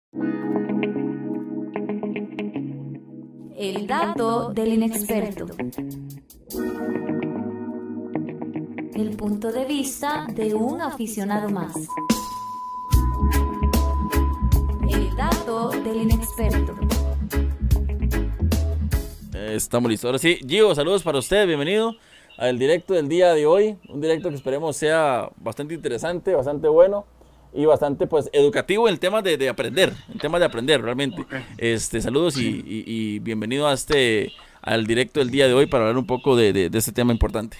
El dato del inexperto. El punto de vista de un aficionado más. El dato del inexperto. Estamos listos. Ahora sí, Gio, saludos para usted, bienvenido al directo del día de hoy. Un directo que esperemos sea bastante interesante, bastante bueno y bastante pues educativo en el tema de aprender, en temas de aprender realmente. Okay. Saludos y bienvenido al directo del día de hoy para hablar un poco de este tema importante.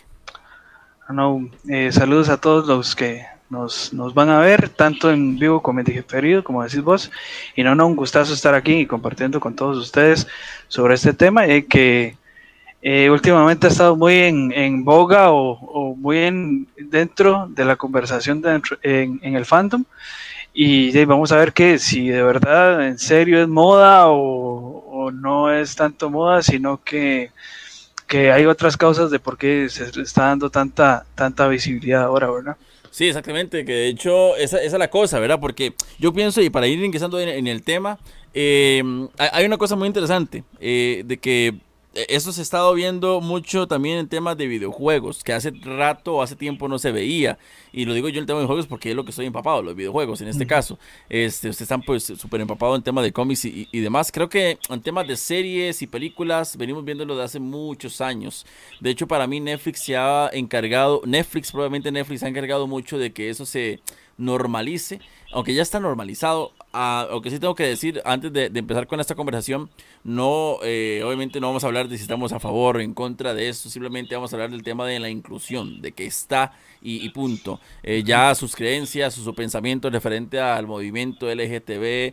Saludos a todos los que nos van a ver, tanto en vivo como en diferido, como decís vos. Y un gustazo estar aquí y compartiendo con todos ustedes sobre este tema que últimamente ha estado muy en boga o muy dentro de la conversación en el fandom. Y vamos a ver si de verdad, en serio, es moda o no es tanto moda, sino que hay otras causas de por qué se está dando tanta visibilidad ahora, ¿verdad? Sí, exactamente, que de hecho esa es la cosa, ¿verdad? Porque yo pienso, y para ir ingresando en el tema, hay una cosa muy interesante, de que eso se ha estado viendo mucho también en temas de videojuegos, que hace rato o hace tiempo no se veía, y lo digo yo en el tema de videojuegos porque es lo que estoy empapado, los videojuegos en este caso. Ustedes están pues súper empapados en temas de cómics y demás. Creo que en temas de series y películas venimos viéndolo de hace muchos años. De hecho, para mí Netflix se ha encargado, probablemente Netflix se ha encargado mucho de que eso se normalice, aunque ya está normalizado. Aunque sí tengo que decir, antes de empezar con esta conversación, obviamente no vamos a hablar de si estamos a favor o en contra de esto, simplemente vamos a hablar del tema de la inclusión, de que está y punto. Ya sus creencias, su pensamiento referente al movimiento LGTB,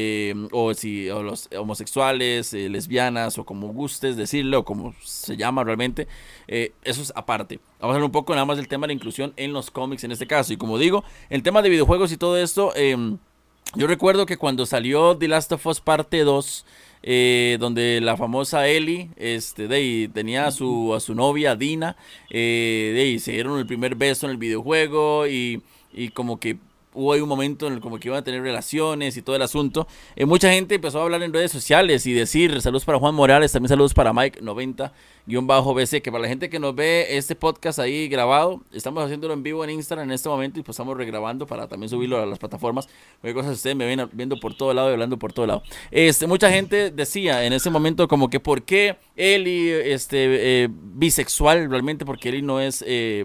o los homosexuales, lesbianas, o como gustes decirlo, o como se llama realmente, eso es aparte. Vamos a hablar un poco nada más del tema de la inclusión en los cómics en este caso. Y como digo, el tema de videojuegos y todo esto, yo recuerdo que cuando salió The Last of Us parte 2, donde la famosa Ellie tenía a su novia Dina, se dieron el primer beso en el videojuego y como que hubo ahí un momento en el como que iban a tener relaciones y todo el asunto. Mucha gente empezó a hablar en redes sociales y decir saludos para Juan Morales, también saludos para Mike 90-BC, que para la gente que nos ve este podcast ahí grabado, estamos haciéndolo en vivo en Instagram en este momento y pues estamos regrabando para también subirlo a las plataformas. Cualquier cosa ustedes me ven viendo por todo lado y hablando por todo lado. Mucha gente decía en ese momento como que por qué Ellie bisexual realmente, porque Ellie no es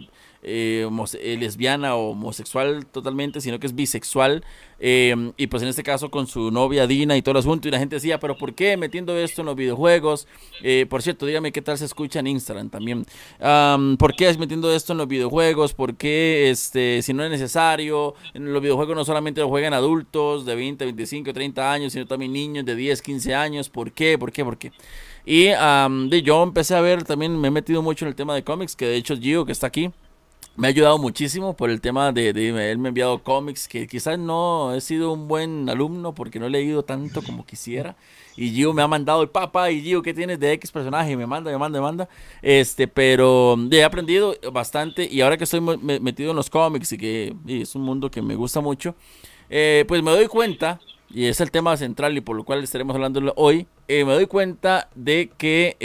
lesbiana o homosexual totalmente, sino que es bisexual, y pues en este caso con su novia Dina y todo el asunto, y la gente decía, pero ¿por qué metiendo esto en los videojuegos? Por cierto, dígame qué tal se escucha en Instagram también. ¿Por qué es metiendo esto en los videojuegos? ¿Por qué si no es necesario? En los videojuegos no solamente lo juegan adultos de 20, 25, 30 años, sino también niños de 10, 15 años. ¿Por qué? ¿Por qué? ¿Por qué? Y yo empecé a ver, también me he metido mucho en el tema de cómics, que de hecho Gio, que está aquí, me ha ayudado muchísimo por el tema él me ha enviado cómics, que quizás no he sido un buen alumno porque no he leído tanto como quisiera. Y Gio me ha mandado el papá, y Gio, ¿qué tienes de X personaje? Y me manda. Pero he aprendido bastante, y ahora que estoy metido en los cómics y es un mundo que me gusta mucho, pues me doy cuenta, y es el tema central y por lo cual estaremos hablando hoy, me doy cuenta de que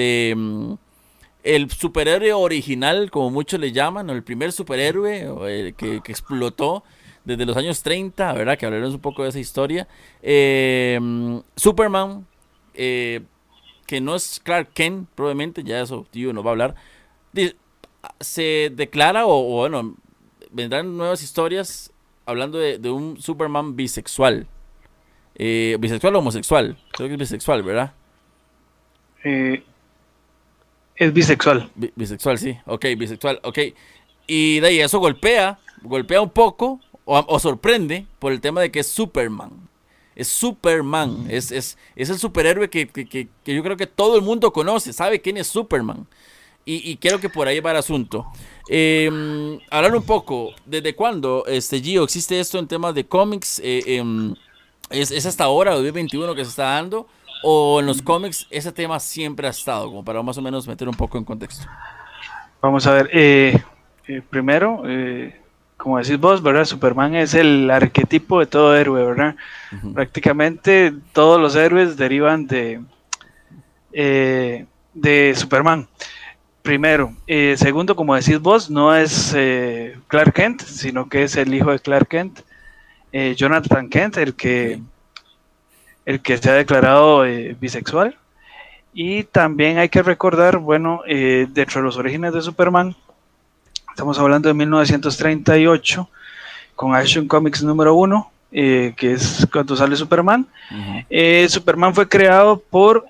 el superhéroe original, como muchos le llaman, o el primer superhéroe que explotó desde los años 30, ¿verdad? Que hablaremos un poco de esa historia. Superman, que no es Clark Kent, probablemente, ya eso tío nos va a hablar. Se declara, o bueno, vendrán nuevas historias hablando de un Superman bisexual. ¿Bisexual o homosexual? Creo que es bisexual, ¿verdad? Es bisexual. Bisexual, sí. Ok, bisexual, ok. Y de ahí eso golpea un poco, o sorprende, por el tema de que es Superman. Es Superman. Es el superhéroe que yo creo que todo el mundo conoce, sabe quién es Superman. Y creo que por ahí va el asunto. Hablar un poco, ¿desde cuándo, Gio, existe esto en temas de cómics? ¿Es hasta ahora, 2021, que se está dando? ¿O en los cómics ese tema siempre ha estado? Como para más o menos meter un poco en contexto. Vamos a ver. Primero, como decís vos, ¿verdad? Superman es el arquetipo de todo héroe, ¿verdad? Prácticamente todos los héroes derivan de Superman. Primero. Segundo, como decís vos, no es Clark Kent, sino que es el hijo de Clark Kent, Jonathan Kent, Ok. el que se ha declarado bisexual. Y también hay que recordar, bueno, dentro de los orígenes de Superman, estamos hablando de 1938, con Action Comics número 1, que es cuando sale Superman. Ujú. Superman fue creado por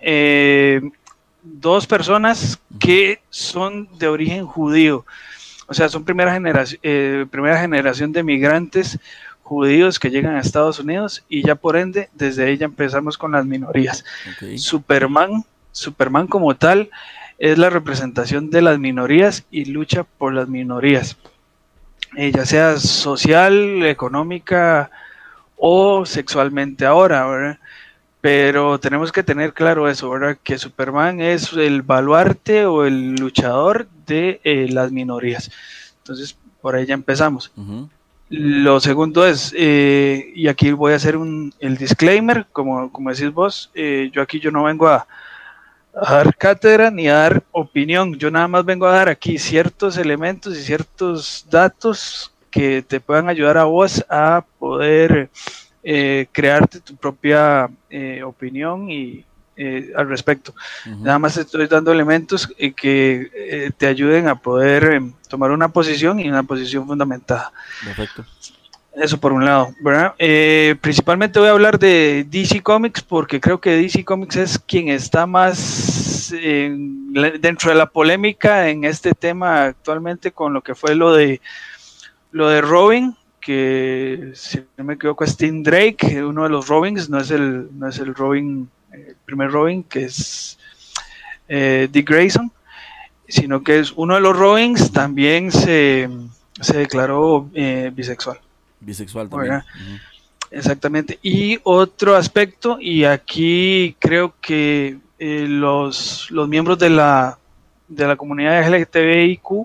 dos personas que son de origen judío, o sea, son primera generación de migrantes judíos que llegan a Estados Unidos y ya por ende, desde ahí ya empezamos con las minorías. Ok. Superman como tal es la representación de las minorías y lucha por las minorías, ya sea social, económica o sexualmente ahora, ¿verdad? Pero tenemos que tener claro eso, ¿verdad? Que Superman es el baluarte o el luchador de las minorías. Entonces, por ahí ya empezamos. Ujú. Lo segundo es, y aquí voy a hacer el disclaimer, como decís vos, yo no vengo a dar cátedra ni a dar opinión, yo nada más vengo a dar aquí ciertos elementos y ciertos datos que te puedan ayudar a vos a poder crearte tu propia opinión y al respecto. Ujú. Nada más te estoy dando elementos que te ayuden a poder tomar una posición y una posición fundamentada. Perfecto. Eso por un lado, ¿verdad? Principalmente voy a hablar de DC Comics porque creo que DC Comics es quien está más dentro de la polémica en este tema actualmente con lo que fue lo de Robin, que si no me equivoco es Tim Drake, uno de los Robins, no es el Robin, el primer Robin que es Dick Grayson, sino que es uno de los Robins, también se declaró bisexual. Bisexual también. ¿Verdad? Exactamente. Y otro aspecto, y aquí creo que los miembros de la comunidad LGTBIQ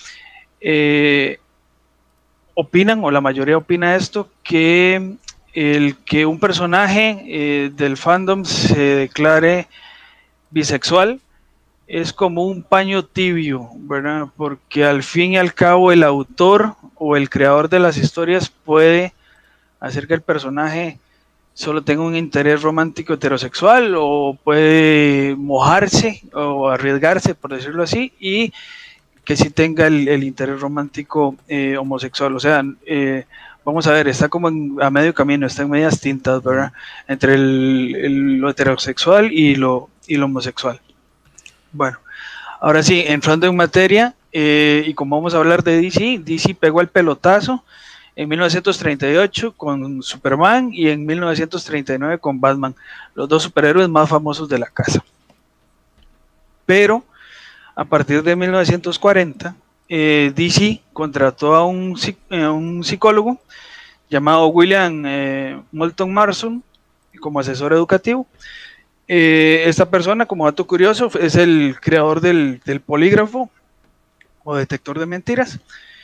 opinan, o la mayoría opina esto, que el que un personaje del fandom se declare bisexual es como un paño tibio, ¿verdad? Porque al fin y al cabo el autor o el creador de las historias puede hacer que el personaje solo tenga un interés romántico heterosexual o puede mojarse o arriesgarse, por decirlo así, y que sí tenga el interés romántico homosexual. O sea, vamos a ver, está como a medio camino, está en medias tintas, ¿verdad? Entre lo heterosexual y lo homosexual. Bueno, ahora sí, entrando en materia, y como vamos a hablar de DC pegó el pelotazo en 1938 con Superman y en 1939 con Batman, los dos superhéroes más famosos de la casa. Pero a partir de 1940, DC contrató a un psicólogo llamado William Moulton Marston como asesor educativo. Esta persona, como dato curioso, es el creador del polígrafo o detector de mentiras.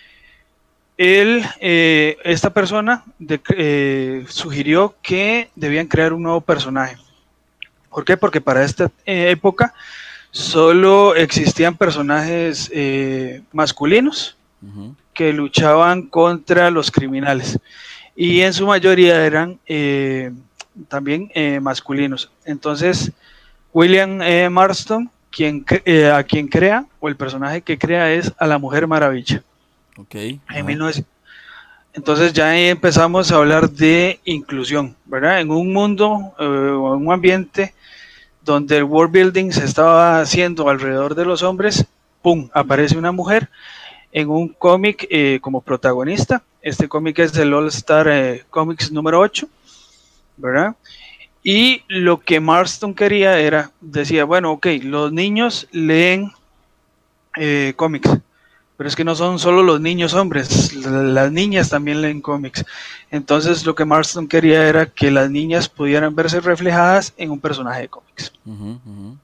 Esta persona sugirió que debían crear un nuevo personaje. ¿Por qué? Porque para esta época solo existían personajes masculinos que luchaban contra los criminales y en su mayoría eran también masculinos. Entonces, William Marston, a quien crea, o el personaje que crea es a la Mujer Maravilla. Ok. Entonces ya ahí empezamos a hablar de inclusión, ¿verdad? En un mundo o en un ambiente donde el world building se estaba haciendo alrededor de los hombres, ¡pum!, aparece una mujer en un cómic como protagonista. Este cómic es el All Star Comics número 8, ¿verdad? Y lo que Marston quería decía, bueno, ok, los niños leen cómics, pero es que no son solo los niños hombres, las niñas también leen cómics. Entonces lo que Marston quería era que las niñas pudieran verse reflejadas en un personaje de cómics.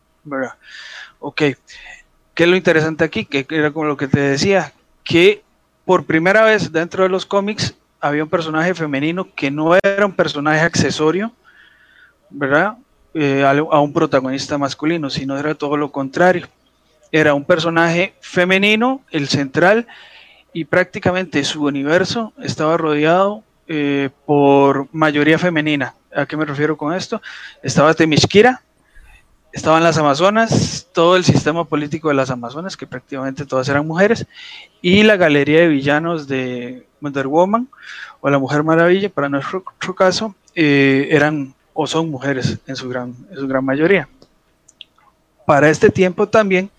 ¿Verdad? Ok, ¿qué es lo interesante aquí? Que era como lo que te decía, que por primera vez dentro de los cómics había un personaje femenino que no era un personaje accesorio, ¿verdad? A un protagonista masculino, sino era todo lo contrario. Era un personaje femenino, el central, y prácticamente su universo estaba rodeado por mayoría femenina. ¿A qué me refiero con esto? Estaba Themyscira, estaban las Amazonas, todo el sistema político de las Amazonas, que prácticamente todas eran mujeres, y la galería de villanos de Wonder Woman o la Mujer Maravilla, para nuestro caso, eran o son mujeres en su gran mayoría. Para este tiempo también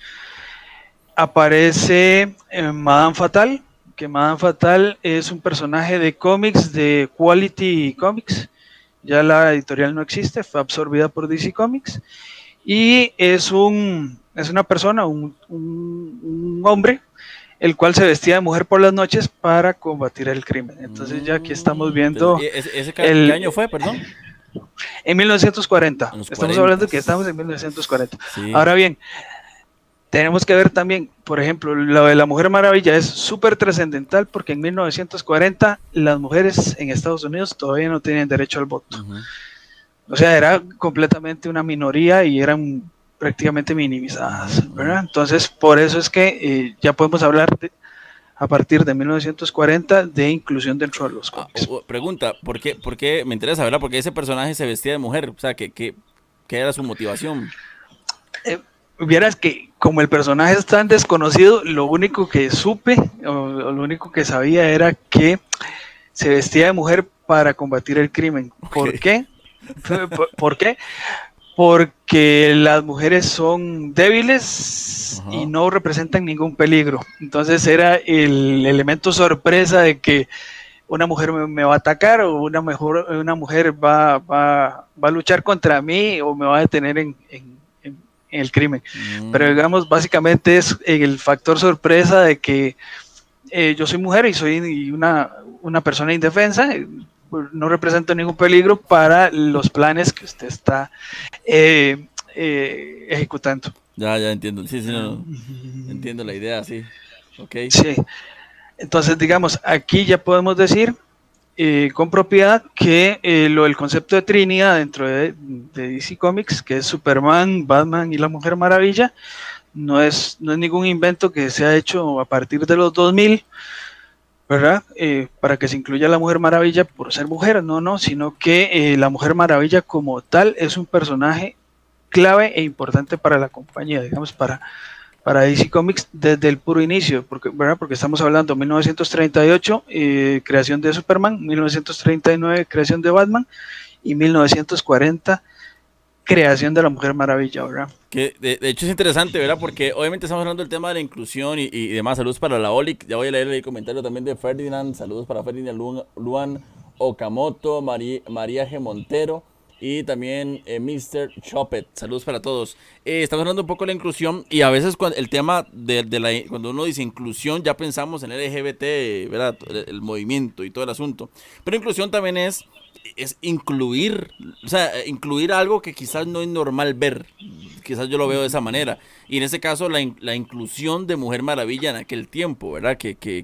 aparece Madame Fatal, que Madame Fatal es un personaje de cómics de Quality Comics, ya la editorial no existe, fue absorbida por DC Comics, y es una persona, un hombre, el cual se vestía de mujer por las noches para combatir el crimen. Entonces ya aquí estamos viendo... ¿Qué año fue, perdón? En 1940. Estamos hablando que estamos en 1940. Sí. Ahora bien, tenemos que ver también, por ejemplo, lo de la Mujer Maravilla es súper trascendental porque en 1940 las mujeres en Estados Unidos todavía no tenían derecho al voto. O sea, era completamente una minoría y eran prácticamente minimizadas, ¿verdad? Entonces, por eso es que ya podemos hablar a partir de 1940 de inclusión dentro de los cómics. Pregunta, ¿por qué? Me interesa, ¿verdad? ¿Por qué ese personaje se vestía de mujer? O sea, ¿qué era su motivación? Vieras que como el personaje es tan desconocido, lo único que supe, o lo único que sabía era que se vestía de mujer para combatir el crimen. ¿Por qué? ¿Por qué? Porque las mujeres son débiles y no representan ningún peligro. Entonces era el elemento sorpresa de que una mujer me va a atacar o una mujer va a luchar contra mí o me va a detener en el crimen. Pero digamos, básicamente es el factor sorpresa de que yo soy mujer y soy una persona indefensa, no represento ningún peligro para los planes que usted está ejecutando. Ya entiendo. Sí, no. Entiendo la idea, sí. Okay. Sí. Entonces, digamos, aquí ya podemos decir con propiedad que el concepto de Trinidad dentro de DC Comics, que es Superman, Batman y la Mujer Maravilla, no es ningún invento que se ha hecho a partir de los 2000, ¿verdad? Para que se incluya la Mujer Maravilla por ser mujer, no, sino que la Mujer Maravilla como tal es un personaje clave e importante para la compañía, digamos, para DC Comics desde el puro inicio, ¿verdad? Porque estamos hablando de 1938, creación de Superman, 1939, creación de Batman, y 1940, creación de la Mujer Maravilla, ¿verdad? Que de hecho es interesante, ¿verdad? Porque obviamente estamos hablando del tema de la inclusión y demás. Saludos para la Olic. Ya voy a leer el comentario también de Ferdinand. Saludos para Ferdinand Luan Okamoto, María G. Montero y también Mr. Chopet. Saludos para todos. Estamos hablando un poco de la inclusión y a veces cuando el tema cuando uno dice inclusión ya pensamos en el LGBT, ¿verdad? El movimiento y todo el asunto. Pero inclusión también es incluir, o sea, incluir algo que quizás no es normal ver, quizás yo lo veo de esa manera, y en ese caso la inclusión de Mujer Maravilla en aquel tiempo, ¿verdad?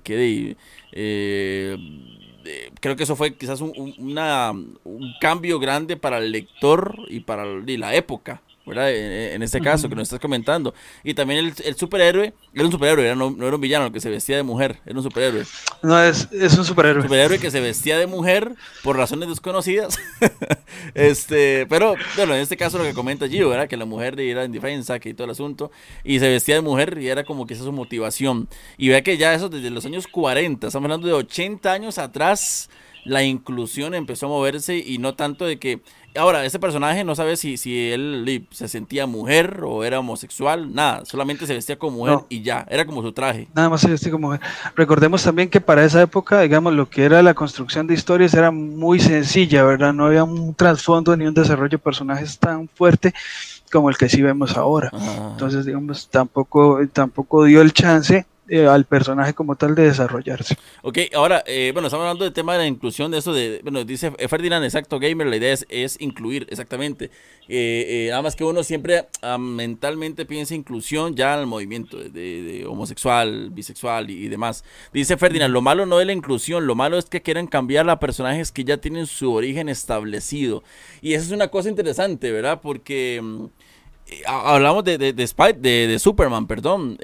Creo que eso fue quizás un cambio grande para el lector y para la época, ¿verdad? En este caso que nos estás comentando. Y también el superhéroe, era un superhéroe, no era un villano el que se vestía de mujer, era un superhéroe. No, es un superhéroe. Un superhéroe que se vestía de mujer por razones desconocidas. Pero bueno, en este caso lo que comenta Gio, ¿verdad? Que la mujer era indefensa, que todo el asunto, y se vestía de mujer y era como que esa es su motivación. Y vea que ya eso desde los años 40, estamos hablando de 80 años atrás, la inclusión empezó a moverse y no tanto de que... Ahora, ese personaje no sabe si él se sentía mujer o era homosexual, nada, solamente se vestía como mujer y ya, era como su traje. Nada más se vestía como mujer. Recordemos también que para esa época, digamos, lo que era la construcción de historias era muy sencilla, ¿verdad? No había un trasfondo ni un desarrollo de personajes tan fuerte como el que sí vemos ahora. Entonces, digamos, tampoco dio el chance al personaje como tal de desarrollarse. Ok, ahora, bueno, estamos hablando del tema de la inclusión, de eso bueno, dice Ferdinand, exacto, gamer, la idea es incluir, exactamente. Nada más que uno siempre mentalmente piensa inclusión ya al movimiento de homosexual, bisexual y demás. Dice Ferdinand, lo malo no es la inclusión, lo malo es que quieren cambiar a personajes que ya tienen su origen establecido. Y eso es una cosa interesante, ¿verdad? Porque hablamos de Superman, perdón,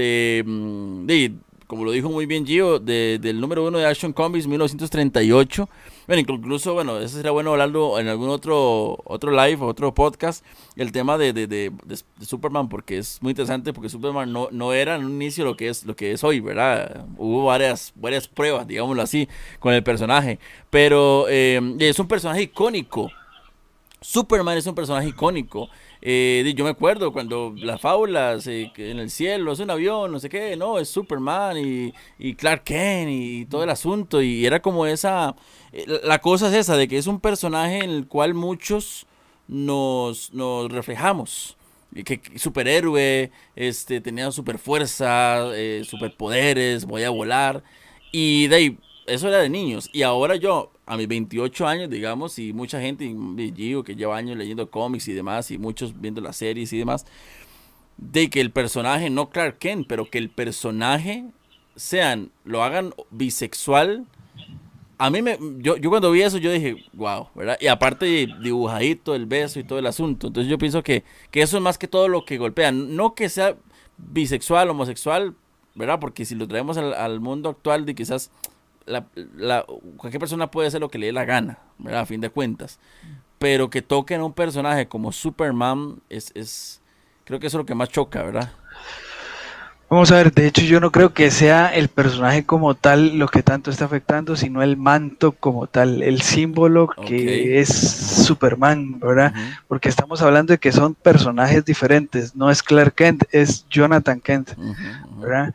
como lo dijo muy bien Gio, del número 1 de Action Comics 1938. Bueno, incluso, bueno, eso sería bueno hablarlo en algún otro live o otro podcast, el tema de Superman, porque es muy interesante, porque Superman no era en un inicio lo que es hoy, ¿verdad? Hubo varias pruebas, digámoslo así, con el personaje, pero es un personaje icónico. Superman es un personaje icónico. Yo me acuerdo cuando las fábulas, que en el cielo es un avión, no sé qué, no, es Superman y Clark Kent y todo el asunto. Y era como esa. La cosa es esa, de que es un personaje en el cual muchos nos reflejamos. Que superhéroe, tenía super fuerza, superpoderes, voy a volar. Y de ahí, eso era de niños. Y ahora yo, a mis 28 años, digamos, y mucha gente, y Gio, que lleva años leyendo cómics y demás, y muchos viendo las series y demás, de que el personaje, no Clark Kent, pero que el personaje lo hagan bisexual. A mí yo cuando vi eso, yo dije, wow, ¿verdad? Y aparte dibujadito, el beso y todo el asunto. Entonces yo pienso que eso es más que todo lo que golpea. No que sea bisexual, homosexual, ¿verdad? Porque si lo traemos al mundo actual, de quizás cualquier persona puede hacer lo que le dé la gana, ¿verdad? A fin de cuentas. Pero que toquen a un personaje como Superman, creo que eso es lo que más choca, ¿verdad? Vamos a ver, de hecho yo no creo que sea el personaje como tal lo que tanto está afectando, sino el manto como tal, el símbolo que es Superman, ¿verdad? Porque estamos hablando de que son personajes diferentes, no es Clark Kent, es Jonathan Kent, ¿verdad?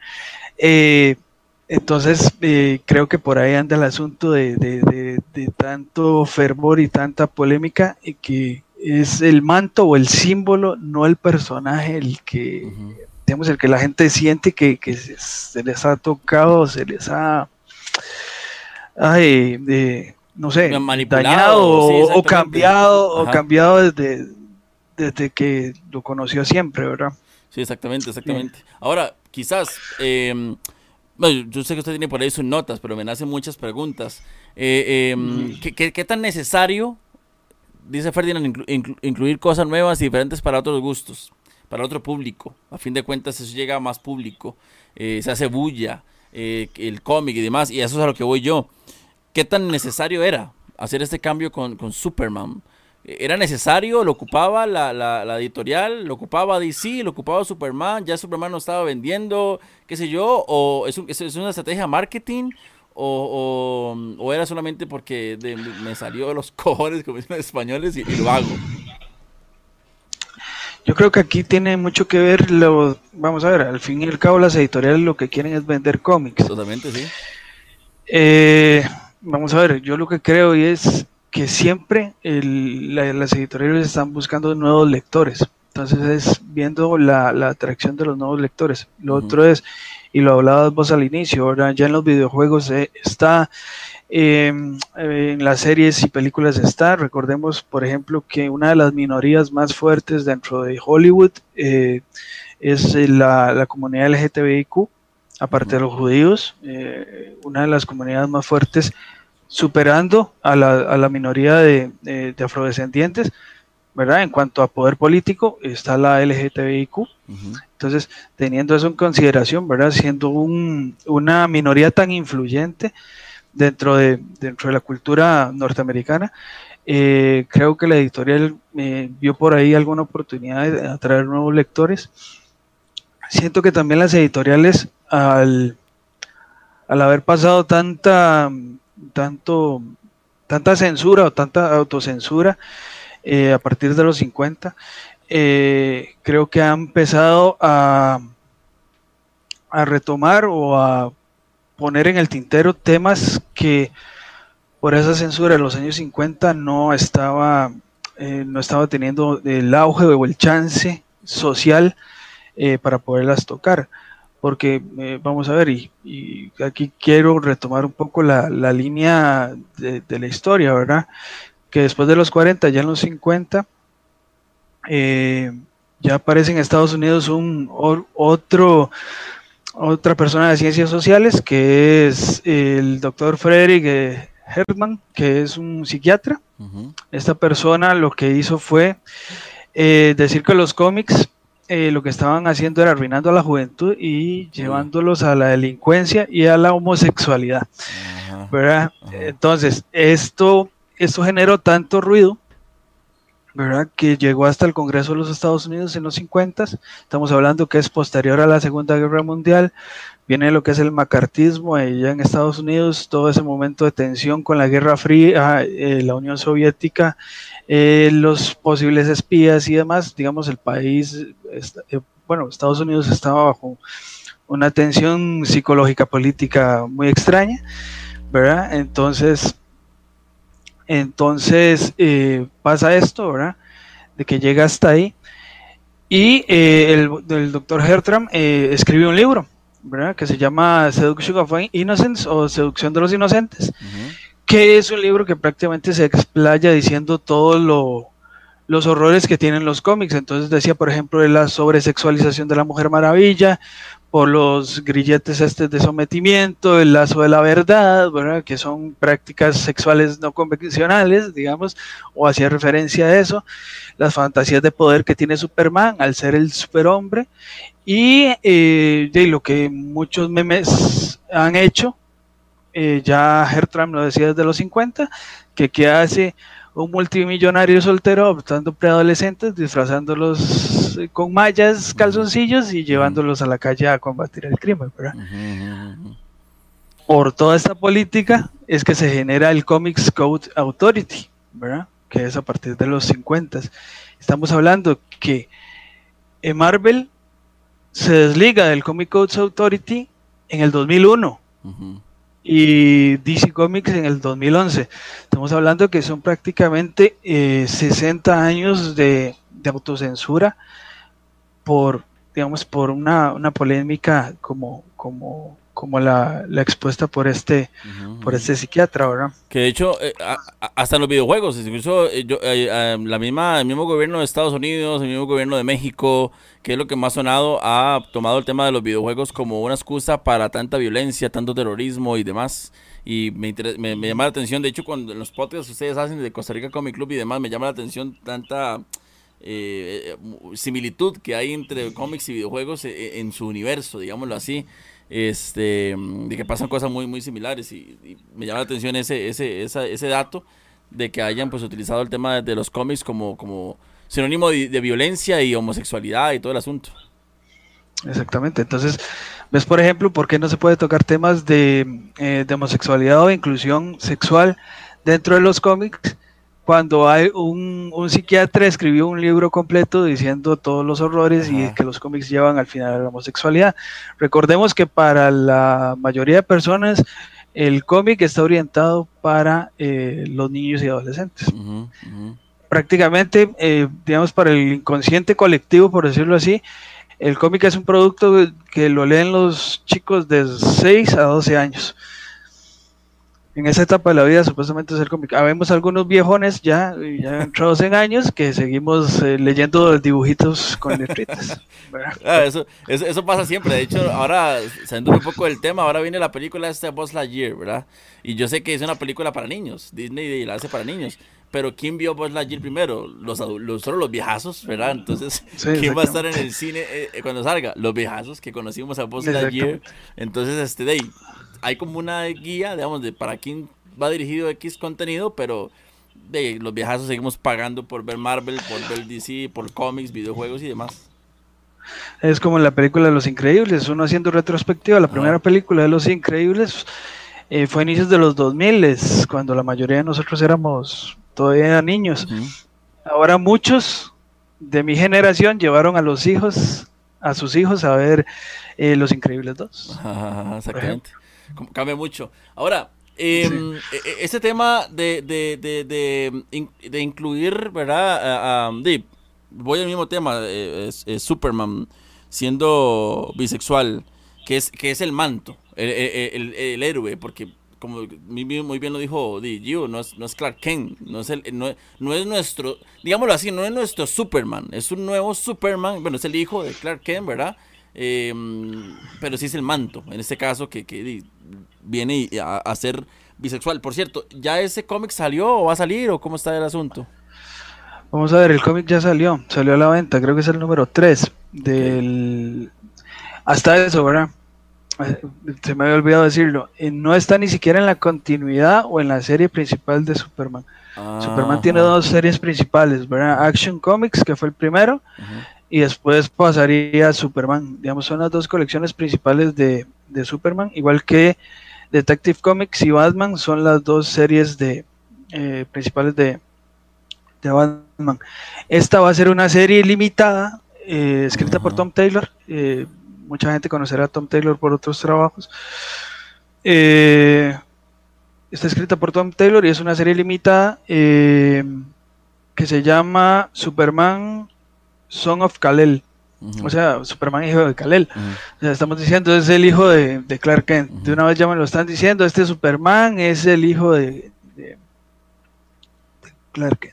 Entonces creo que por ahí anda el asunto de tanto fervor y tanta polémica, y que es el manto o el símbolo, no el personaje el que... digamos, el que la gente siente que se les ha tocado, se les ha, no sé, dañado sí, o cambiado desde que lo conoció siempre, ¿verdad? Sí, exactamente. Ahora, quizás, bueno, yo sé que usted tiene por ahí sus notas, pero me nacen muchas preguntas. ¿Qué tan necesario, dice Ferdinand, incluir cosas nuevas y diferentes para otros gustos? Para otro público, a fin de cuentas eso llega a más público, se hace bulla, el cómic y demás, y eso es a lo que voy yo. ¿Qué tan necesario era hacer este cambio con Superman? ¿Era necesario? ¿Lo ocupaba la editorial? ¿Lo ocupaba DC? ¿Lo ocupaba Superman? ¿Ya Superman no estaba vendiendo? ¿Qué sé yo? ¿O es una estrategia de marketing? ¿O era solamente porque me salió de los cojones, como dicen los españoles, y lo hago? Yo creo que aquí tiene mucho que ver, vamos a ver, al fin y al cabo las editoriales lo que quieren es vender cómics. Totalmente, sí. Vamos a ver, yo lo que creo y es que siempre las editoriales están buscando nuevos lectores, entonces es viendo la atracción de los nuevos lectores. Lo otro es, y lo hablabas vos al inicio, ahora ya en los videojuegos está... en las series y películas está, recordemos por ejemplo que una de las minorías más fuertes dentro de Hollywood es la comunidad LGTBIQ, aparte de los judíos, una de las comunidades más fuertes, superando a la minoría de afrodescendientes, ¿verdad? En cuanto a poder político está la LGTBIQ. Entonces, teniendo eso en consideración, ¿verdad? Siendo una minoría tan influyente dentro de la cultura norteamericana, creo que la editorial vio por ahí alguna oportunidad de atraer nuevos lectores. Siento que también las editoriales, al haber pasado tanta censura o tanta autocensura a partir de los 50, creo que han empezado a retomar o a poner en el tintero temas que por esa censura de los años 50 no estaba teniendo el auge o el chance social para poderlas tocar. porque vamos a ver, y aquí quiero retomar un poco la línea de la historia, ¿verdad? Que después de los 40, ya en los 50, ya aparece en Estados Unidos otra persona de ciencias sociales, que es el doctor Frederick Hertman, que es un psiquiatra. Esta persona lo que hizo fue decir que los cómics lo que estaban haciendo era arruinando a la juventud y llevándolos a la delincuencia y a la homosexualidad, ¿verdad? Entonces, esto generó tanto ruido, ¿verdad?, que llegó hasta el Congreso de los Estados Unidos en los 50. Estamos hablando que es posterior a la Segunda Guerra Mundial. Viene lo que es el macartismo allá en Estados Unidos, todo ese momento de tensión con la Guerra Fría, la Unión Soviética, los posibles espías y demás. Digamos, el país, bueno, Estados Unidos estaba bajo una tensión psicológica política muy extraña, ¿verdad? Entonces pasa esto, ¿verdad?, de que llega hasta ahí, y el doctor Hertram escribe un libro, ¿verdad?, que se llama Seduction of Innocence, o Seducción de los Inocentes, que es un libro que prácticamente se explaya diciendo todos los horrores que tienen los cómics. Entonces decía, por ejemplo, de la sobresexualización de la Mujer Maravilla, por los grilletes de sometimiento, el lazo de la verdad, ¿verdad?, que son prácticas sexuales no convencionales, digamos, o hacía referencia a eso, las fantasías de poder que tiene Superman al ser el superhombre, y de lo que muchos memes han hecho, ya Hertram lo decía desde los 50, que hace un multimillonario soltero optando preadolescentes, disfrazándolos con mallas, calzoncillos y llevándolos a la calle a combatir el crimen, ¿verdad? Por toda esta política es que se genera el Comics Code Authority, ¿verdad?, que es a partir de los 50. Estamos hablando que Marvel se desliga del Comic Code Authority en el 2001. Y DC Comics en el 2011. Estamos hablando que son prácticamente 60 años de autocensura por, digamos, por una polémica como la expuesta por este psiquiatra, ¿verdad? Que de hecho, hasta en los videojuegos, incluso el mismo gobierno de Estados Unidos, el mismo gobierno de México, que es lo que más sonado, ha tomado el tema de los videojuegos como una excusa para tanta violencia, tanto terrorismo y demás. Y me llama la atención, de hecho, cuando en los podcasts que ustedes hacen de Costa Rica Comic Club y demás, me llama la atención tanta similitud que hay entre cómics y videojuegos en su universo, digámoslo así. De que pasan cosas muy muy similares, y me llama la atención ese dato de que hayan pues utilizado el tema de los cómics como sinónimo de violencia y homosexualidad y todo el asunto. Exactamente. Entonces, ves, por ejemplo, por qué no se puede tocar temas de homosexualidad o inclusión sexual dentro de los cómics, cuando hay un psiquiatra escribió un libro completo diciendo todos los horrores y que los cómics llevan al final a la homosexualidad. Recordemos que para la mayoría de personas el cómic está orientado para los niños y adolescentes. Prácticamente, digamos, para el inconsciente colectivo, por decirlo así, el cómic es un producto que lo leen los chicos de 6 a 12 años. En esa etapa de la vida supuestamente es el cómic. Habemos algunos viejones ya entrados en años que seguimos leyendo dibujitos con letritas. Eso pasa siempre. De hecho, ahora, saliendo un poco del tema, ahora viene la película Buzz Lightyear, ¿verdad? Y yo sé que es una película para niños, Disney la hace para niños, pero ¿quién vio Buzz Lightyear primero? Solo los viejazos, ¿verdad? Entonces, sí, ¿quién va a estar en el cine cuando salga? Los viejazos que conocimos a Buzz Lightyear. Entonces, hay como una guía, digamos, de para quién va dirigido X contenido, pero los viejazos seguimos pagando por ver Marvel, por ver DC, por cómics, videojuegos y demás. Es como en la película de Los Increíbles, uno haciendo retrospectiva, la primera película de Los Increíbles fue a inicios de los 2000, cuando la mayoría de nosotros éramos todavía niños. Ahora muchos de mi generación llevaron a sus hijos a ver Los Increíbles 2. Exactamente. Cambia mucho. Ahora, este tema de incluir, ¿verdad? Voy al mismo tema, Superman siendo bisexual. que es el manto, el héroe, porque como muy bien lo dijo Gio, no es Clark Kent, no es nuestro, digámoslo así, no es nuestro Superman, es un nuevo Superman, bueno, es el hijo de Clark Kent, ¿verdad? Pero sí es el manto, en este caso, que viene a ser bisexual. Por cierto, ¿ya ese cómic salió o va a salir o cómo está el asunto? Vamos a ver, el cómic ya salió a la venta, creo que es el número 3 Okay. Hasta eso, ¿verdad? Se me había olvidado decirlo, no está ni siquiera en la continuidad o en la serie principal de Superman. Superman tiene Ajá. 2 series principales, ¿verdad? Action Comics, que fue el primero, Ajá. y después pasaría a Superman. Digamos, son las 2 colecciones principales de Superman, igual que Detective Comics y Batman son las 2 series principales de Batman. Esta va a ser una serie limitada, escrita por Ajá. Tom Taylor. Mucha gente conocerá a Tom Taylor por otros trabajos. Está escrita por Tom Taylor y es una serie limitada que se llama Superman Son of Kal-El. O Ajá. sea, Superman hijo de Kal-El. Ajá. O sea, estamos diciendo es el hijo de Clark Kent. De Ajá. una vez ya me lo están diciendo, este Superman es el hijo de Clark Kent.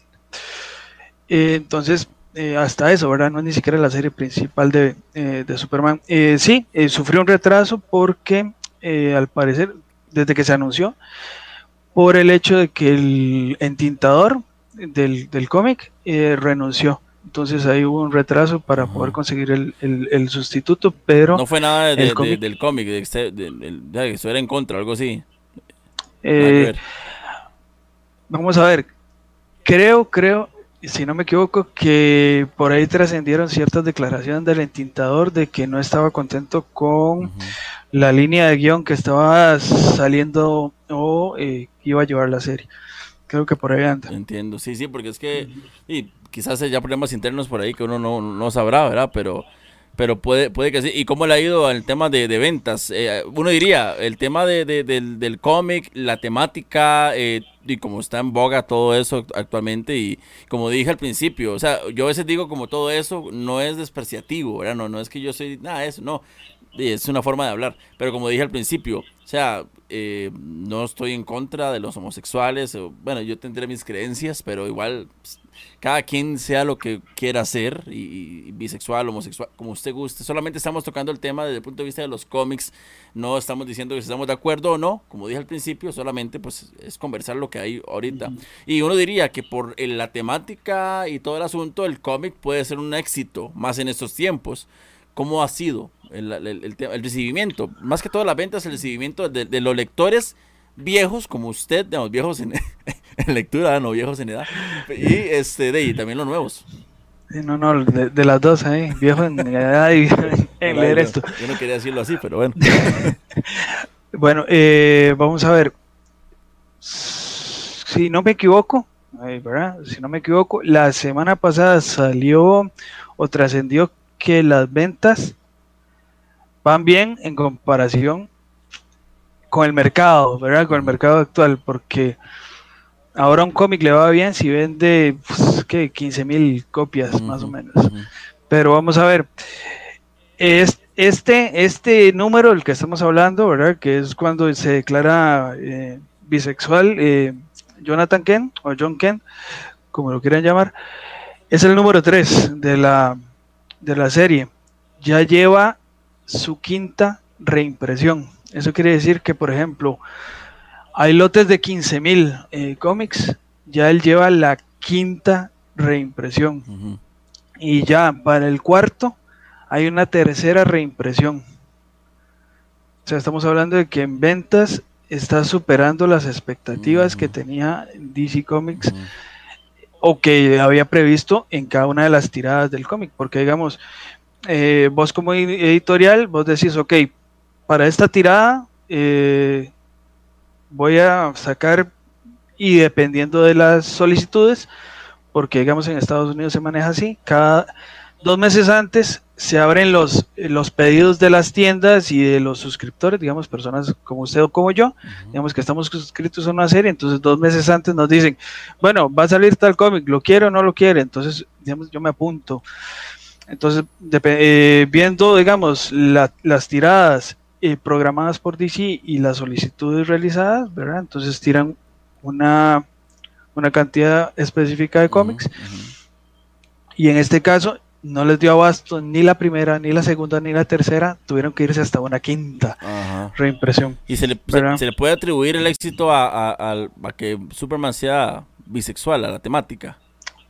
Entonces, hasta eso, ¿verdad? No es ni siquiera la serie principal de Superman. Sí, sufrió un retraso porque, al parecer, desde que se anunció, por el hecho de que el entintador del cómic renunció. Entonces ahí hubo un retraso para poder Ajá. conseguir el sustituto, pero No fue nada el cómic, del cómic, de que estuviera en contra, algo así. Nada que eh, ver. vamos a ver, creo, si no me equivoco, que por ahí trascendieron ciertas declaraciones del entintador de que no estaba contento con Ajá. la línea de guión que estaba saliendo o iba a llevar la serie. Creo que por ahí anda. Entiendo, sí, sí, porque es que y quizás haya problemas internos por ahí que uno no sabrá, ¿verdad? Pero puede que sí. ¿Y cómo le ha ido al tema de ventas? Uno diría, el tema del cómic, la temática, y como está en boga todo eso actualmente, y como dije al principio, o sea, yo a veces digo como todo eso no es despreciativo, ¿verdad? No es que yo soy nada de eso, no. Es una forma de hablar, pero como dije al principio, o sea, no estoy en contra de los homosexuales, bueno, yo tendré mis creencias, pero igual pues, cada quien sea lo que quiera ser, y bisexual, homosexual, como usted guste. Solamente estamos tocando el tema desde el punto de vista de los cómics, no estamos diciendo que si estamos de acuerdo o no, como dije al principio, solamente pues es conversar lo que hay ahorita. Y uno diría que por la temática y todo el asunto, el cómic puede ser un éxito, más en estos tiempos. ¿Cómo ha sido el recibimiento? Más que todo las ventas, el recibimiento de los lectores viejos como usted, digamos, viejos en lectura, no viejos en edad, y también los nuevos. Sí, no, de las dos ahí, viejo en edad y en ¿Verdad? leer esto. Yo no quería decirlo así, pero bueno. Bueno, vamos a ver. Si no me equivoco, ¿verdad? Si no me equivoco, la semana pasada salió o trascendió que las ventas van bien en comparación con el mercado, ¿verdad? Con el Ujú. mercado actual, porque ahora un cómic le va bien si vende, pues, ¿qué? 15,000 copias más o Ujú. menos. Ujú. Pero vamos a ver, este número, el que estamos hablando, ¿verdad? Que es cuando se declara bisexual, Jonathan Kent o John Kent, como lo quieran llamar, es el número 3 de la serie. Ya lleva su quinta reimpresión. Eso quiere decir que, por ejemplo, hay lotes de 15,000 cómics, ya él lleva la quinta reimpresión. Ujú. Y ya para el cuarto hay una tercera reimpresión. O sea, estamos hablando de que en ventas está superando las expectativas Ujú. que tenía DC Comics Ujú. o que había previsto en cada una de las tiradas del cómic. Porque digamos, vos como editorial, vos decís, ok, para esta tirada voy a sacar, y dependiendo de las solicitudes, porque digamos en Estados Unidos se maneja así, cada 2 meses antes se abren los pedidos de las tiendas y de los suscriptores, digamos personas como usted o como yo, Ujú. digamos que estamos suscritos a una serie, entonces 2 meses antes nos dicen, bueno, va a salir tal cómic, ¿lo quiere o no lo quiere? Entonces, digamos, yo me apunto. Entonces, viendo, digamos, las tiradas programadas por DC y las solicitudes realizadas, ¿verdad? Entonces tiran una cantidad específica de cómics, y en este caso no les dio abasto ni la primera, ni la segunda, ni la tercera, tuvieron que irse hasta una quinta reimpresión. ¿Y se le puede atribuir el éxito a que Superman sea bisexual, a la temática?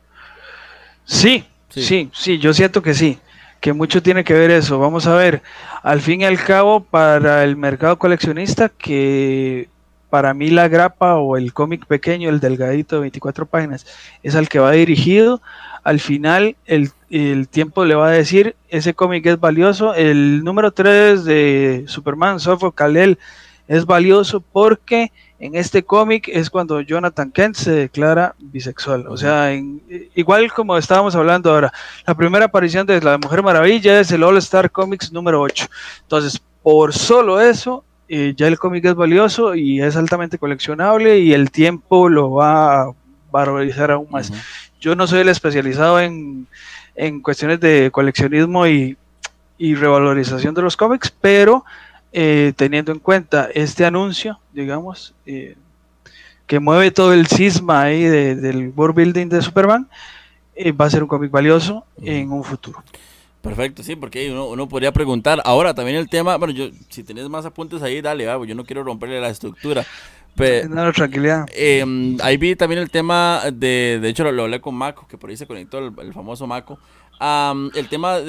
Sí, yo siento que sí, que mucho tiene que ver eso. Vamos a ver, al fin y al cabo, para el mercado coleccionista, que para mí la grapa o el cómic pequeño, el delgadito de 24 páginas, es al que va dirigido. Al final el tiempo le va a decir, ese cómic es valioso. El número 3 de Superman, Sofo Kal-El, es valioso porque en este cómic es cuando Jonathan Kent se declara bisexual. O sea, igual como estábamos hablando ahora, la primera aparición de la Mujer Maravilla es el All Star Comics número 8. Entonces, por solo eso, ya el cómic es valioso y es altamente coleccionable, y el tiempo lo va a valorizar aún más. Yo no soy el especializado en cuestiones de coleccionismo y revalorización de los cómics, pero teniendo en cuenta este anuncio, digamos, que mueve todo el cisma ahí del world building de Superman, va a ser un cómic valioso en un futuro. Perfecto, sí, porque uno podría preguntar. Ahora también el tema, bueno, si tenés más apuntes ahí, dale, yo no quiero romperle la estructura. No, tranquilidad. Ahí vi también el tema de hecho lo hablé con Mako, que por ahí se conectó el famoso Mako. El tema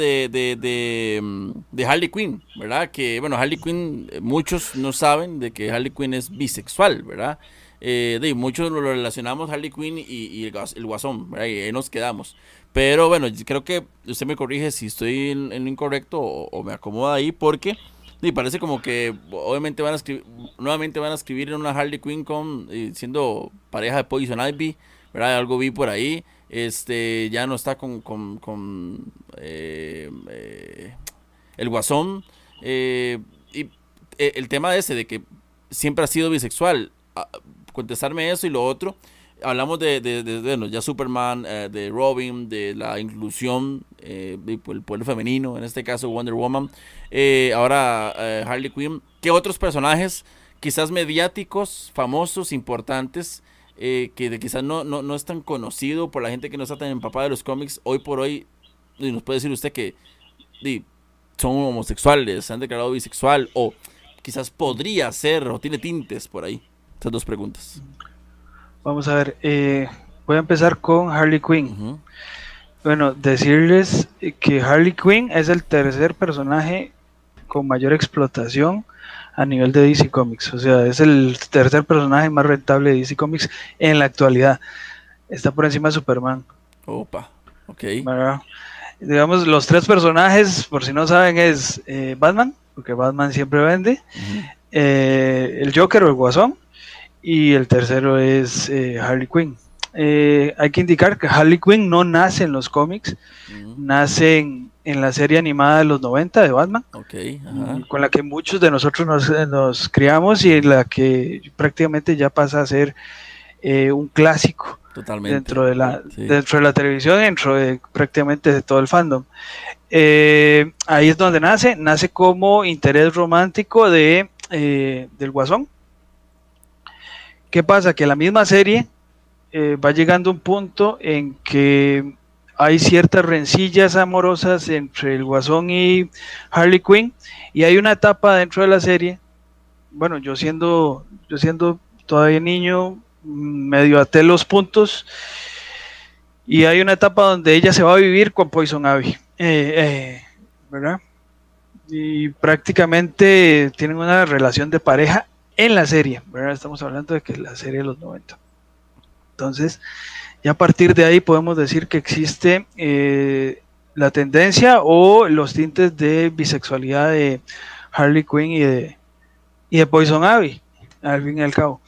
de Harley Quinn, ¿verdad? Que bueno, Harley Quinn, muchos no saben de que Harley Quinn es bisexual, ¿verdad? Muchos lo relacionamos Harley Quinn y el Guasón, ¿verdad? Y ahí nos quedamos. Pero bueno, creo que usted me corrige si estoy en lo incorrecto o me acomoda ahí, porque parece como que obviamente nuevamente van a escribir en una Harley Quinn siendo pareja de Poison Ivy, ¿verdad? Algo vi por ahí. Ya no está con el Guasón, y el tema ese de que siempre ha sido bisexual, contestarme eso. Y lo otro, hablamos de ya Superman, de Robin, de la inclusión del pueblo femenino, en este caso Wonder Woman, ahora Harley Quinn. ¿Qué otros personajes quizás mediáticos, famosos, importantes, que quizás no es tan conocido por la gente que no está tan empapada de los cómics hoy por hoy, nos puede decir usted que son homosexuales, se han declarado bisexual, o quizás podría ser, o tiene tintes por ahí? Esas dos preguntas. Vamos a ver, voy a empezar con Harley Quinn. Bueno, decirles que Harley Quinn es el tercer personaje con mayor explotación a nivel de DC Comics. O sea, es el tercer personaje más rentable de DC Comics en la actualidad. Está por encima de Superman. Opa, ok. ¿Verdad? Digamos, los tres personajes, por si no saben, es Batman, porque Batman siempre vende, el Joker o el Guasón, y el tercero es Harley Quinn. Hay que indicar que Harley Quinn no nace en los cómics, nace en la serie animada de los 90 de Batman, con la que muchos de nosotros nos criamos, y la que prácticamente ya pasa a ser un clásico. Totalmente. Dentro de la televisión, dentro de prácticamente de todo el fandom. Ahí es donde nace como interés romántico del Guasón. ¿Qué pasa? Que la misma serie va llegando a un punto en que hay ciertas rencillas amorosas entre el Guasón y Harley Quinn, y hay una etapa dentro de la serie, bueno, yo siendo todavía niño, medio até los puntos, y hay una etapa donde ella se va a vivir con Poison Ivy, ¿verdad? Y prácticamente tienen una relación de pareja en la serie, ¿verdad? Estamos hablando de que es la serie de los 90. Entonces, ya a partir de ahí podemos decir que existe la tendencia o los tintes de bisexualidad de Harley Quinn y de Poison Ivy, al fin y al cabo.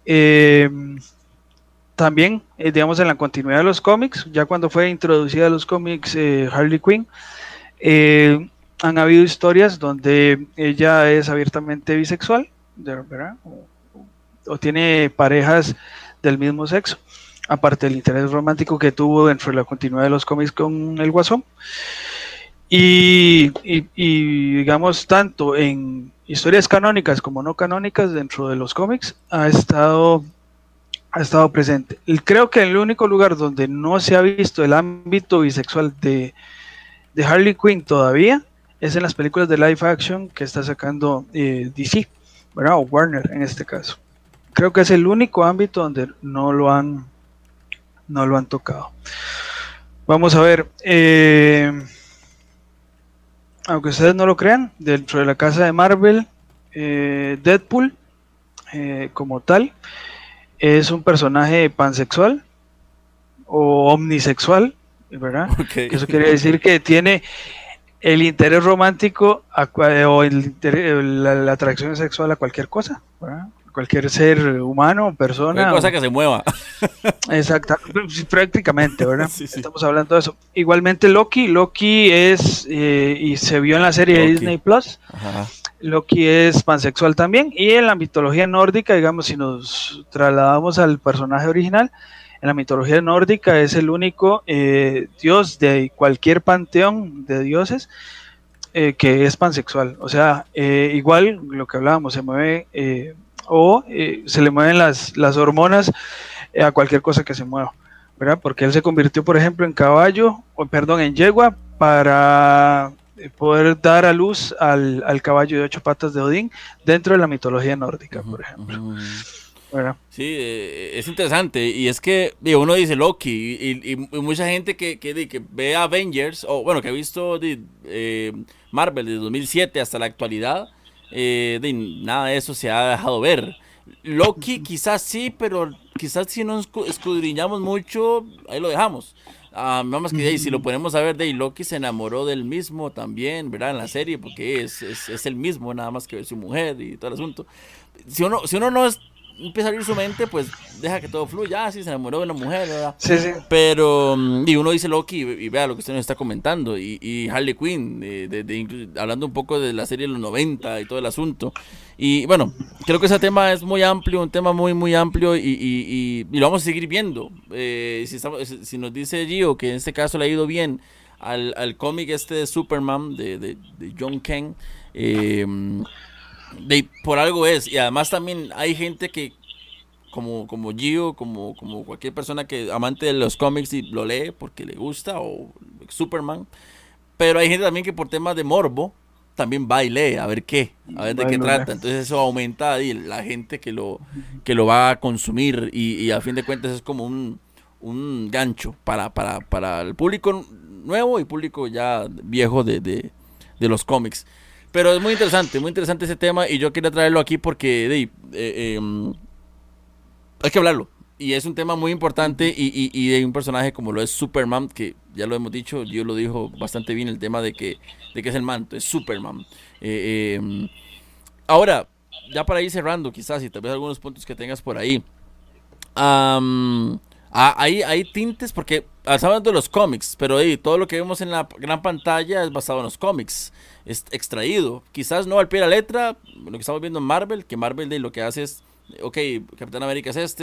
También, digamos, en la continuidad de los cómics, ya cuando fue introducida a los cómics Harley Quinn, han habido historias donde ella es abiertamente bisexual, ¿verdad? O tiene parejas del mismo sexo, aparte del interés romántico que tuvo dentro de la continuidad de los cómics con el Guasón. Y digamos, tanto en historias canónicas como no canónicas dentro de los cómics ha estado presente. Y creo que el único lugar donde no se ha visto el ámbito bisexual de Harley Quinn todavía es en las películas de live action que está sacando DC, ¿verdad? O Warner en este caso. Creo que es el único ámbito donde no lo han tocado. Vamos a ver, aunque ustedes no lo crean, dentro de la casa de Marvel, Deadpool como tal es un personaje pansexual o omnisexual, ¿verdad? Okay. Eso quiere decir que tiene el interés romántico o la atracción sexual a cualquier cosa, ¿verdad? Cualquier ser humano, persona. Cualquier cosa que se mueva. Exacto, prácticamente, ¿verdad? Sí. Estamos hablando de eso. Igualmente Loki es, y se vio en la serie de Disney Plus, Ajá. Loki es pansexual también, y en la mitología nórdica, digamos, si nos trasladamos al personaje original, en la mitología nórdica es el único dios de cualquier panteón de dioses que es pansexual. O sea, igual lo que hablábamos, se mueve se le mueven las hormonas a cualquier cosa que se mueva, ¿verdad? Porque él se convirtió, por ejemplo, en yegua para poder dar a luz al caballo de 8 patas de Odín dentro de la mitología nórdica, por ejemplo. ¿Verdad? Sí, es interesante, y es que uno dice Loki y mucha gente que ve Avengers, o bueno, que ha visto Marvel de 2007 hasta la actualidad, nada de eso se ha dejado ver. Loki quizás sí, pero quizás si no escudriñamos mucho, ahí lo dejamos. Nada más que si lo ponemos a ver, Loki se enamoró del mismo también, ¿verdad? En la serie, porque es el mismo, nada más que su mujer y todo el asunto. Si uno no empieza a abrir su mente, pues deja que todo fluya. Sí, se enamoró de una mujer, ¿verdad? Sí. Pero, y uno dice Loki y vea lo que usted nos está comentando, y Harley Quinn, hablando un poco de la serie de los 90 y todo el asunto. Y bueno, creo que ese tema es muy amplio, un tema muy, muy amplio, y lo vamos a seguir viendo. Si nos dice Gio que en este caso le ha ido bien al cómic de Superman de John Kent, por algo es, y además también hay gente que como Gio, como cualquier persona que amante de los cómics y lo lee porque le gusta, o Superman, pero hay gente también que por temas de morbo también va y lee a ver de qué trata. Entonces eso aumenta la gente que lo va a consumir, y a fin de cuentas es como un gancho para el público nuevo y público ya viejo de los cómics. Pero es muy interesante ese tema, y yo quería traerlo aquí porque hay que hablarlo. Y es un tema muy importante, y de un personaje como lo es Superman, que ya lo hemos dicho, yo lo dijo bastante bien, el tema de que es el manto, es Superman. Ahora, ya para ir cerrando, quizás, y tal vez algunos puntos que tengas por ahí. Hay tintes, porque estamos hablando de los cómics, pero todo lo que vemos en la gran pantalla es basado en los cómics, es extraído, quizás no al pie de la letra, lo que estamos viendo en Marvel, que Marvel lo que hace es, ok, Capitán América es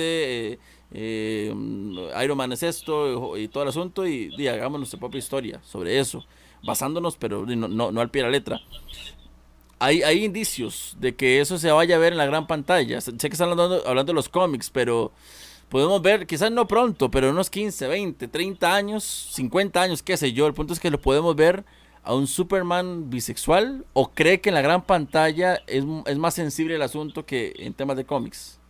Iron Man es esto, y todo el asunto, y hagamos nuestra propia historia sobre eso, basándonos, pero no al pie de la letra. Hay indicios de que eso se vaya a ver en la gran pantalla. Sé que están hablando de los cómics, pero podemos ver, quizás no pronto, pero unos 15, 20, 30 años, 50 años, qué sé yo. El punto es que lo podemos ver a un Superman bisexual, o cree que en la gran pantalla es más sensible el asunto que en temas de cómics.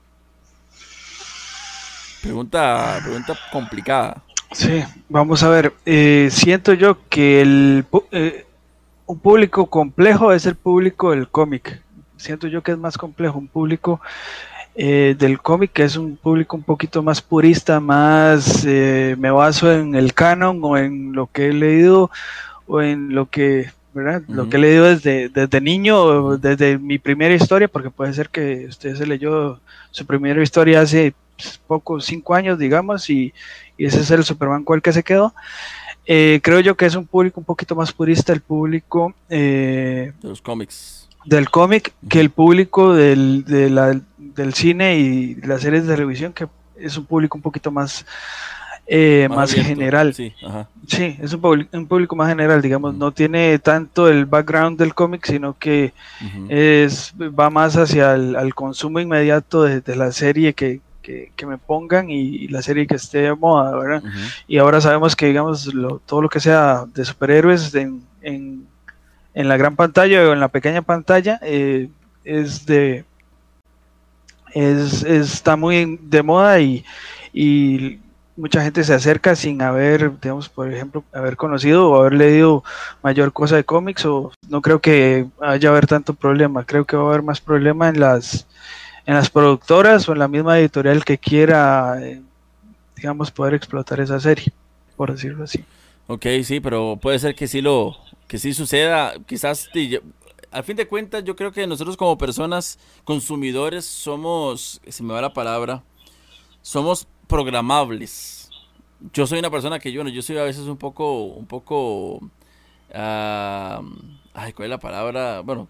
Pregunta complicada. Sí, vamos a ver. Siento yo que un público complejo es el público del cómic. Siento yo que es más complejo un público del cómic, que es un público un poquito más purista, más me baso en el canon o en lo que he leído o en lo que, ¿verdad? Lo que he leído desde niño, desde mi primera historia, porque puede ser que usted se leyó su primera historia hace poco, 5 años, digamos, y ese es el Superman con el que se quedó. Creo yo que es un público un poquito más purista, el público de los cómics, del cómic, que el público del cine y las series de televisión, que es un público un poquito más más abierto, general. sí, ajá. Sí, es un público más general, digamos, no tiene tanto el background del cómic, sino que Ujú, va más hacia el consumo inmediato de la serie que me pongan y la serie que esté de moda, ¿verdad? ujú. Y ahora sabemos que, digamos, todo lo que sea de superhéroes en la gran pantalla o en la pequeña pantalla es de está muy de moda y mucha gente se acerca sin haber, digamos, por ejemplo, haber conocido o haber leído mayor cosa de cómics o no creo que haya haber tanto problema, creo que va a haber más problema en las productoras o en la misma editorial que quiera, digamos, poder explotar esa serie, por decirlo así. Ok, sí, pero puede ser que que sí suceda, quizás, al fin de cuentas, yo creo que nosotros como personas consumidores somos, si me va la palabra, somos programables. Yo soy una persona que yo soy a veces un poco, ah, ay, ¿cuál es la palabra? Bueno,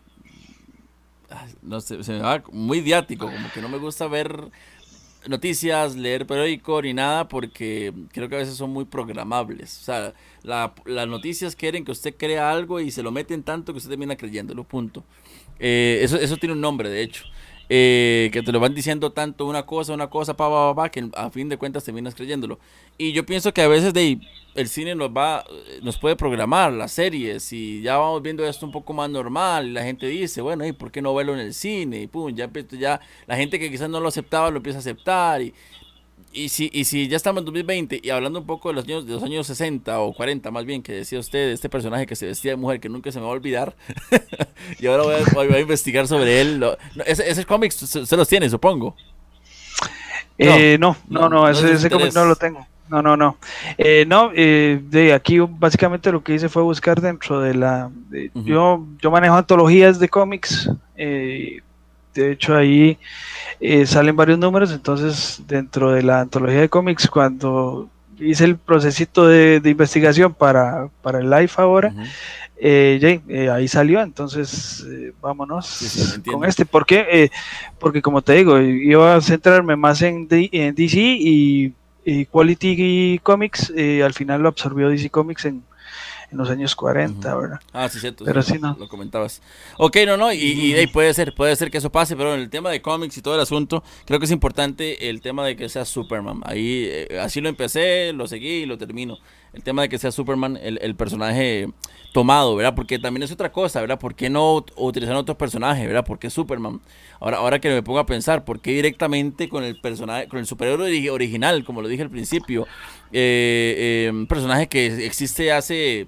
no sé, se me va muy idiático, como que no me gusta ver noticias, leer periódico ni nada porque creo que a veces son muy programables. O sea, las noticias quieren que usted crea algo y se lo meten tanto que usted termina creyéndolo, punto. Eso tiene un nombre, de hecho. Que te lo van diciendo tanto una cosa, que a fin de cuentas terminas creyéndolo. Y yo pienso que a veces el cine nos puede programar las series y ya vamos viendo esto un poco más normal y la gente dice, bueno, ¿y por qué no verlo en el cine? Y pum, ya la gente que quizás no lo aceptaba lo empieza a aceptar y si ya estamos en 2020 y hablando un poco de los años 60 o 40 más bien, que decía usted, de este personaje que se vestía de mujer que nunca se me va a olvidar, y ahora voy a investigar sobre él. Ese cómic se los tiene, supongo. No, No, no es de su ese cómic no lo interés. tengo. No. No, de aquí básicamente lo que hice fue buscar dentro Ujú, yo manejo antologías de cómics. De hecho, ahí salen varios números. Entonces, dentro de la antología de cómics, cuando hice el procesito de investigación para el live ahora, ujú. ahí salió, entonces Sí, sí, vámonos con entiendo. este. ¿Por qué? Porque como te digo, iba a centrarme más en DC y Quality Comics, al final lo absorbió DC Comics en los años Ujú. 40, ¿verdad? Ah, sí, cierto, sí, Pero sí, no. lo comentabas. Ok, no, no, y de ahí Ujú. puede ser que eso pase, pero en el tema de cómics y todo el asunto, creo que es importante el tema de que sea Superman. Ahí, así lo empecé, lo seguí y lo termino. El tema de que sea Superman, el personaje tomado, ¿verdad? Porque también es otra cosa, ¿verdad? ¿Por qué no utilizar otro personaje, ¿verdad? ¿Por qué Superman? Ahora que me pongo a pensar, ¿por qué directamente con el personaje, con el superhéroe original, como lo dije al principio? Un personaje que existe hace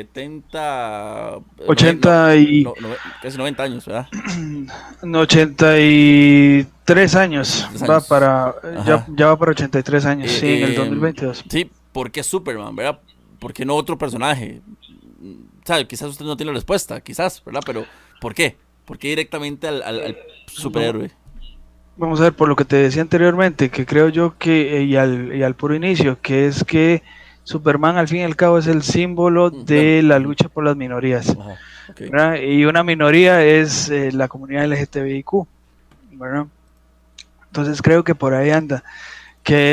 70, 80 y casi 90 años, ¿verdad? 83 años, 83 años. Ajá. ya va para 83 años, Eh, sí, en el eh, 2022. sí, ¿por qué Superman, verdad? ¿Por qué no otro personaje? ¿Sabe? Quizás usted no tiene la respuesta, quizás, ¿verdad? Pero ¿por qué? ¿Por qué directamente al Vamos, superhéroe? vamos a ver, por lo que te decía anteriormente, que creo yo que, y al puro inicio, que es que Superman al fin y al cabo es el símbolo Bueno, de la lucha por las minorías, ajá, ok. ¿verdad? Y una minoría es la comunidad LGTBIQ, ¿verdad? Entonces creo que por ahí anda, que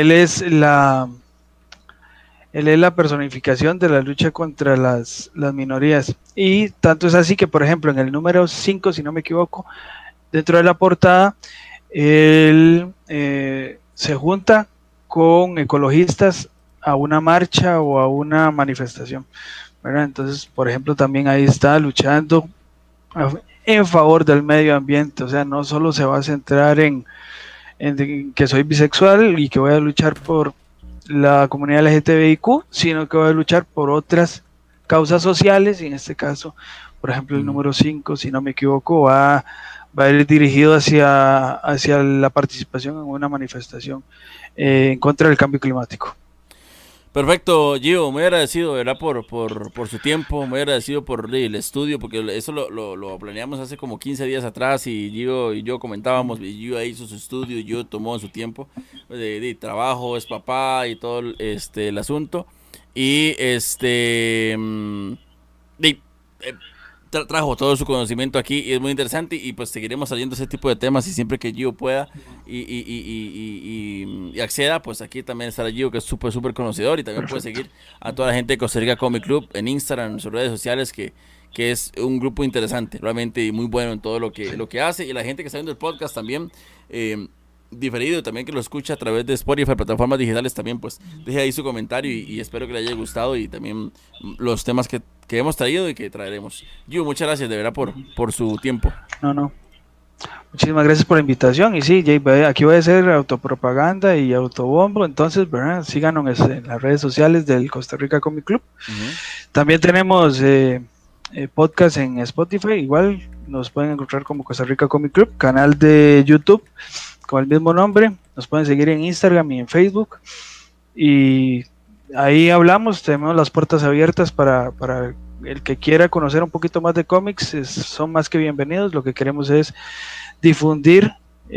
él es la personificación de la lucha contra las minorías. Y tanto es así que, por ejemplo, en el número 5 si no me equivoco, dentro de la portada, él se junta con ecologistas a una marcha o a una manifestación, ¿verdad? Entonces, por ejemplo, también ahí está luchando en favor del medio ambiente, o sea, no solo se va a centrar en que soy bisexual y que voy a luchar por la comunidad LGTBIQ, sino que voy a luchar por otras causas sociales, y en este caso, por ejemplo, el Ujú. número 5 si no me equivoco, va a ir dirigido hacia la participación en una manifestación en contra del cambio climático. Perfecto, Gio, muy agradecido, ¿verdad? Por su tiempo, muy agradecido por el estudio, porque eso lo planeamos hace como 15 días atrás y Gio y yo comentábamos, y Gio ahí hizo su estudio, y Gio tomó su tiempo de trabajo, es papá y todo el asunto. Y de- eh, trajo todo su conocimiento aquí y es muy interesante y pues seguiremos trayendo ese tipo de temas y siempre que Gio pueda y acceda, pues aquí también estará Gio, que es súper conocedor, y también puede seguir a toda la gente de Costa Rica Comic Club en Instagram, en sus redes sociales, que es un grupo interesante, realmente, y muy bueno en todo lo que hace, y la gente que está viendo el podcast también, diferido, también que lo escucha a través de Spotify, plataformas digitales, también pues deje ahí su comentario y espero que le haya gustado, y también los temas que hemos traído y que traeremos. Gio, muchas gracias de verdad por su tiempo. No. Muchísimas gracias por la invitación. Y sí, Jay, aquí voy a hacer autopropaganda y autobombo. Entonces, ¿verdad? Síganos en las redes sociales del Costa Rica Comic Club. También tenemos podcast en Spotify. Igual nos pueden encontrar como Costa Rica Comic Club. Canal de YouTube con el mismo nombre. Nos pueden seguir en Instagram y en Facebook. Y ahí hablamos. Tenemos las puertas abiertas para el que quiera conocer un poquito más de cómics. Son más que bienvenidos. Lo que queremos es difundir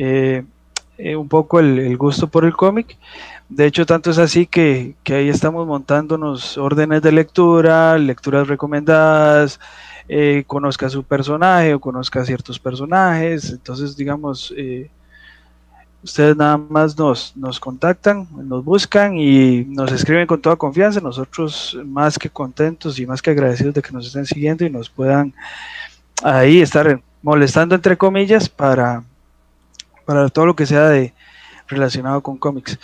un poco el gusto por el cómic. De hecho, tanto es así que ahí estamos montándonos órdenes de lectura, lecturas recomendadas, conozca su personaje o conozca ciertos personajes. Entonces, digamos, ustedes nada más nos contactan, nos buscan y nos escriben con toda confianza. Nosotros más que contentos y más que agradecidos de que nos estén siguiendo y nos puedan ahí estar molestando, entre comillas, para todo lo que sea relacionado con cómics.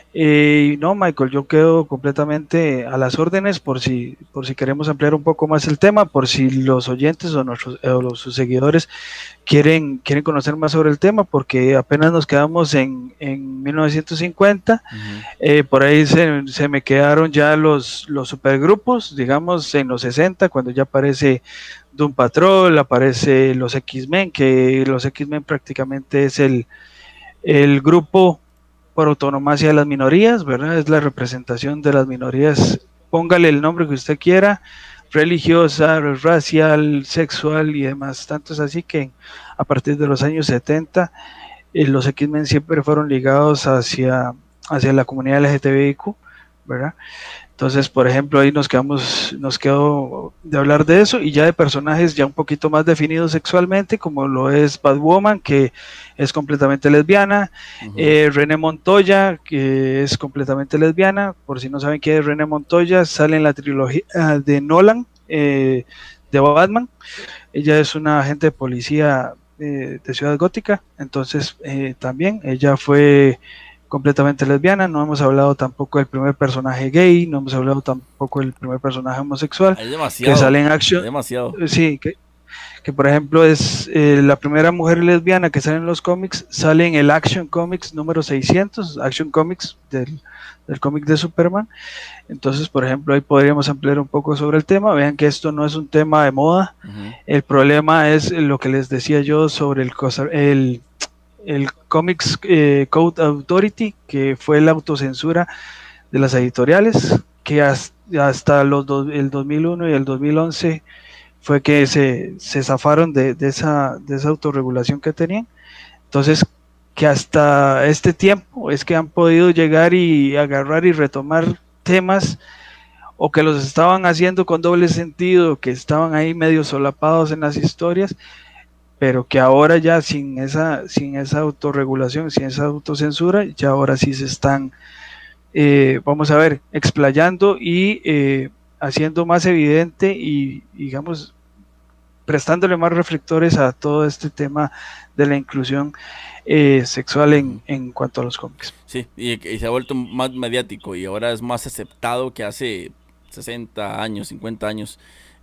No, Michael, yo quedo completamente a las órdenes por si queremos ampliar un poco más el tema, por si los oyentes o sus seguidores quieren conocer más sobre el tema, porque apenas nos quedamos en 1950. Por ahí se me quedaron ya los supergrupos, digamos en los 60, cuando ya aparece Doom Patrol, aparece los X-Men, que los X-Men prácticamente es el grupo por autonomía de las minorías, ¿verdad? Es la representación de las minorías, póngale el nombre que usted quiera, religiosa, racial, sexual y demás. Tanto es así que a partir de los años 70 los X-Men siempre fueron ligados hacia la comunidad LGTBIQ, ¿verdad? Entonces, por ejemplo, ahí nos quedó de hablar de eso, y ya de personajes ya un poquito más definidos sexualmente, como lo es Batwoman, que es completamente lesbiana, René Montoya, que es completamente lesbiana. Por si no saben quién es René Montoya, sale en la trilogía de Nolan, de Batman. Ella es una agente de policía de Ciudad Gótica, entonces también ella fue completamente lesbiana. No hemos hablado tampoco del primer personaje gay, no hemos hablado tampoco del primer personaje homosexual, que sale en Action. Sí, que por ejemplo es la primera mujer lesbiana que sale en los cómics, sale en el Action Comics número 600, Action Comics del cómic de Superman. Entonces, por ejemplo, ahí podríamos ampliar un poco sobre el tema. Vean que esto no es un tema de moda. El problema es lo que les decía yo sobre el Comics Code Authority, que fue la autocensura de las editoriales, que hasta el 2001 y el 2011 fue que se zafaron de esa autorregulación que tenían. Entonces, que hasta este tiempo es que han podido llegar y agarrar y retomar temas, o que los estaban haciendo con doble sentido, que estaban ahí medio solapados en las historias, pero que ahora ya sin esa autorregulación, sin esa autocensura, ya ahora sí se están, vamos a ver, explayando y haciendo más evidente y, digamos, prestándole más reflectores a todo este tema de la inclusión sexual en cuanto a los cómics. Sí, y se ha vuelto más mediático y ahora es más aceptado que hace 60 años, 50 años.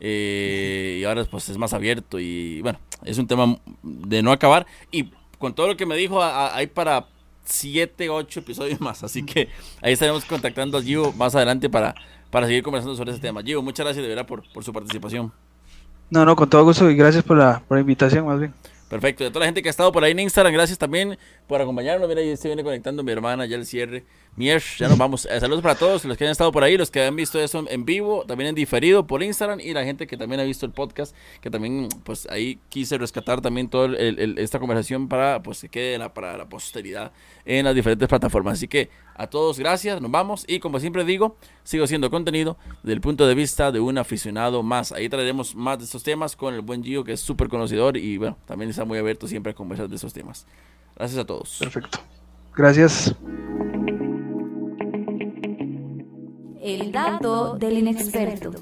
Y ahora pues es más abierto y bueno, es un tema de no acabar, y con todo lo que me dijo hay para 7, 8 episodios más, así que ahí estaremos contactando a Gio más adelante para seguir conversando sobre ese tema. Gio, muchas gracias de verdad por su participación. No, con todo gusto, y gracias por la invitación, más bien. Perfecto, y a toda la gente que ha estado por ahí en Instagram, gracias también por acompañarnos. Mira, ahí se viene conectando mi hermana ya al cierre Mier, ya nos vamos. Saludos para todos los que han estado por ahí, los que han visto eso en vivo, también en diferido por Instagram, y la gente que también ha visto el podcast, que también, pues ahí quise rescatar también toda esta conversación para pues que quede para la posteridad en las diferentes plataformas. Así que a todos gracias, nos vamos, y como siempre digo, sigo haciendo contenido desde el punto de vista de un aficionado más. Ahí traeremos más de estos temas con el buen Gio, que es súper conocedor y bueno, también está muy abierto siempre a conversar de esos temas. Gracias a todos. Perfecto. Gracias. El dato del inexperto.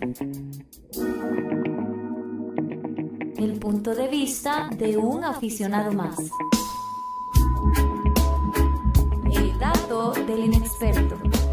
El punto de vista de un aficionado más. El dato del inexperto.